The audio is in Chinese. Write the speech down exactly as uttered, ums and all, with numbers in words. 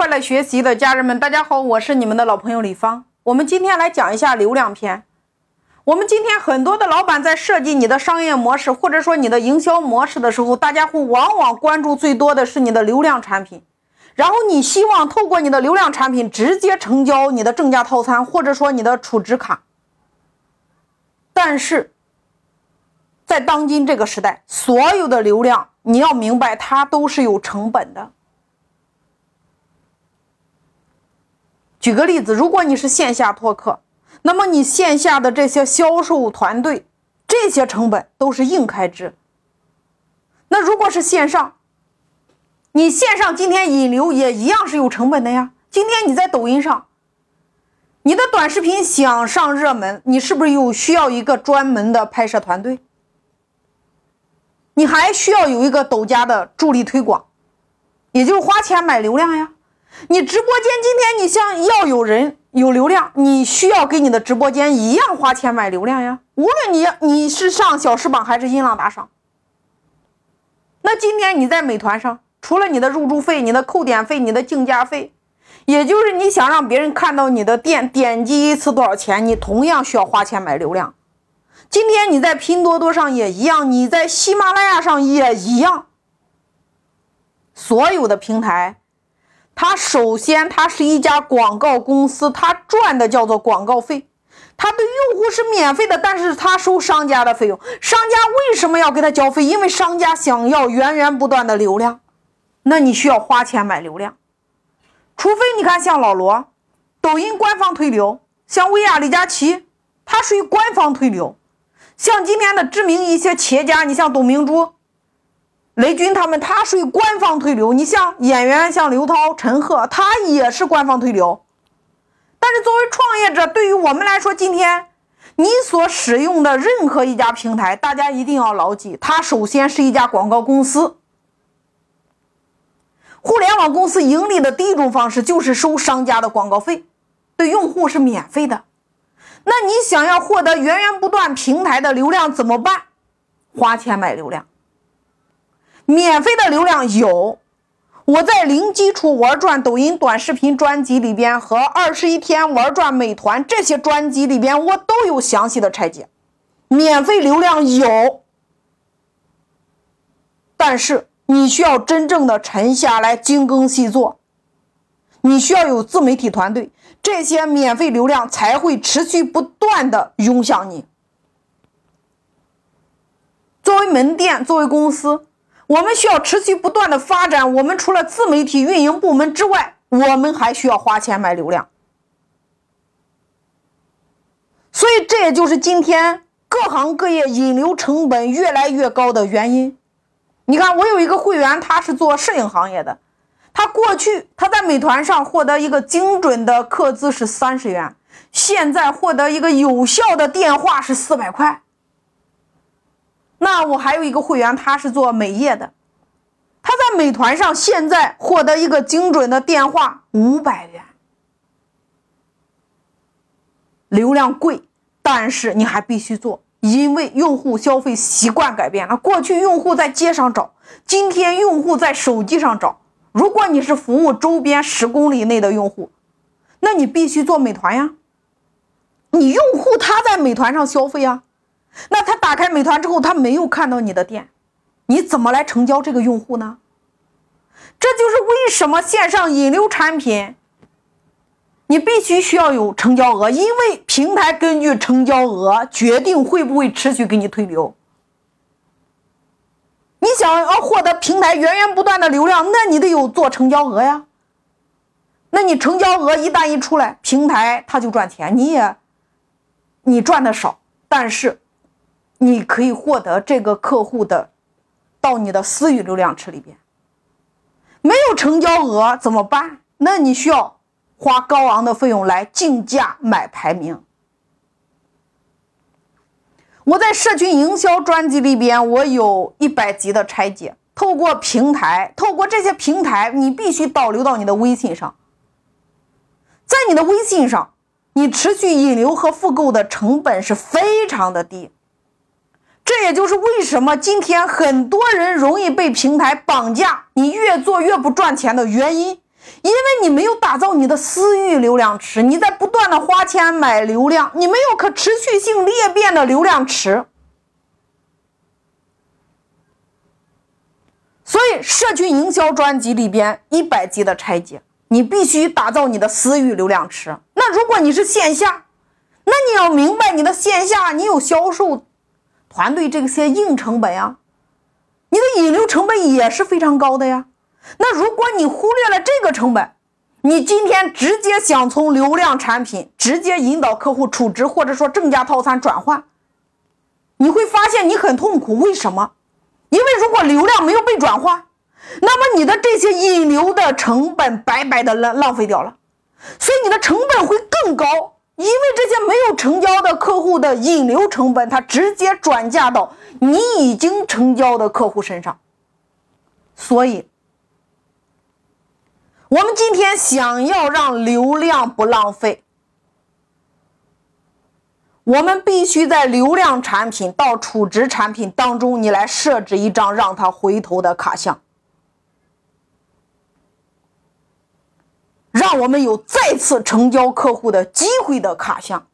快乐学习的家人们，大家好，我是你们的老朋友李芳。我们今天来讲一下流量篇。我们今天很多的老板在设计你的商业模式，或者说你的营销模式的时候，大家会往往关注最多的是你的流量产品，然后你希望透过你的流量产品直接成交你的正价套餐，或者说你的储值卡。但是在当今这个时代，所有的流量你要明白它都是有成本的。举个例子，如果你是线下拓客，那么你线下的这些销售团队，这些成本都是硬开支。那如果是线上，你线上今天引流也一样是有成本的呀。今天你在抖音上，你的短视频想上热门，你是不是有需要一个专门的拍摄团队？你还需要有一个抖加的助力推广，也就是花钱买流量呀。你直播间今天你想要有人有流量，你需要给你的直播间一样花钱买流量呀。无论你你是上小时榜还是音浪打赏，那今天你在美团上，除了你的入驻费、你的扣点费、你的竞价费，也就是你想让别人看到你的店点击一次多少钱，你同样需要花钱买流量。今天你在拼多多上也一样，你在喜马拉雅上也一样。所有的平台它首先它是一家广告公司，它赚的叫做广告费，它对用户是免费的，但是它收商家的费用。商家为什么要给他交费？因为商家想要源源不断的流量，那你需要花钱买流量。除非你看像老罗，抖音官方推流，像薇娅、李佳琦，它属于官方推流。像今天的知名一些企业家，你像董明珠、雷军他们，他属于官方推流。你像演员像刘涛、陈赫，他也是官方推流。但是作为创业者，对于我们来说，今天你所使用的任何一家平台，大家一定要牢记，它首先是一家广告公司。互联网公司盈利的第一种方式就是收商家的广告费，对用户是免费的。那你想要获得源源不断平台的流量怎么办？花钱买流量。免费的流量有，我在零基础玩转抖音短视频专辑里边和二十一天玩转美团这些专辑里边，我都有详细的拆解。免费流量有，但是你需要真正的沉下来精耕细作，你需要有自媒体团队，这些免费流量才会持续不断的涌向你。作为门店，作为公司，我们需要持续不断的发展，我们除了自媒体运营部门之外，我们还需要花钱买流量。所以这也就是今天各行各业引流成本越来越高的原因。你看，我有一个会员，他是做摄影行业的，他过去他在美团上获得一个精准的客资是三十元，现在获得一个有效的电话是四百块。那我还有一个会员，他是做美业的，他在美团上现在获得一个精准的电话五百元。流量贵，但是你还必须做，因为用户消费习惯改变了。过去用户在街上找，今天用户在手机上找。如果你是服务周边十公里内的用户，那你必须做美团呀。你用户他在美团上消费呀，那他打开美团之后，他没有看到你的店，你怎么来成交这个用户呢？这就是为什么线上引流产品你必须需要有成交额，因为平台根据成交额决定会不会持续给你推流。你想要获得平台源源不断的流量，那你得有做成交额呀。那你成交额一旦一出来，平台它就赚钱，你也你赚的少，但是你可以获得这个客户的到你的私域流量池里边。没有成交额怎么办？那你需要花高昂的费用来竞价买排名。我在社群营销专辑里边，我有一百集的拆解，透过平台，透过这些平台，你必须导流到你的微信上。在你的微信上，你持续引流和复购的成本是非常的低。这也就是为什么今天很多人容易被平台绑架，你越做越不赚钱的原因， 因为你没有打造你的私域流量池，你在不断的花钱买流量，你没有可持续性裂变的流量池。所以社群营销专辑里边一百集的拆解，你必须打造你的私域流量池。那如果你是线下，那你要明白你的线下你有销售团队这些硬成本呀，你的引流成本也是非常高的呀。那如果你忽略了这个成本，你今天直接想从流量产品直接引导客户储值，或者说正价套餐转换，你会发现你很痛苦。为什么？因为如果流量没有被转化，那么你的这些引流的成本白白的浪浪费掉了，所以你的成本会更高。因为这些没有成交的客户的引流成本，它直接转嫁到你已经成交的客户身上。所以我们今天想要让流量不浪费，我们必须在流量产品到储值产品当中，你来设置一张让他回头的卡项，让我们有再次成交客户的机会的卡项。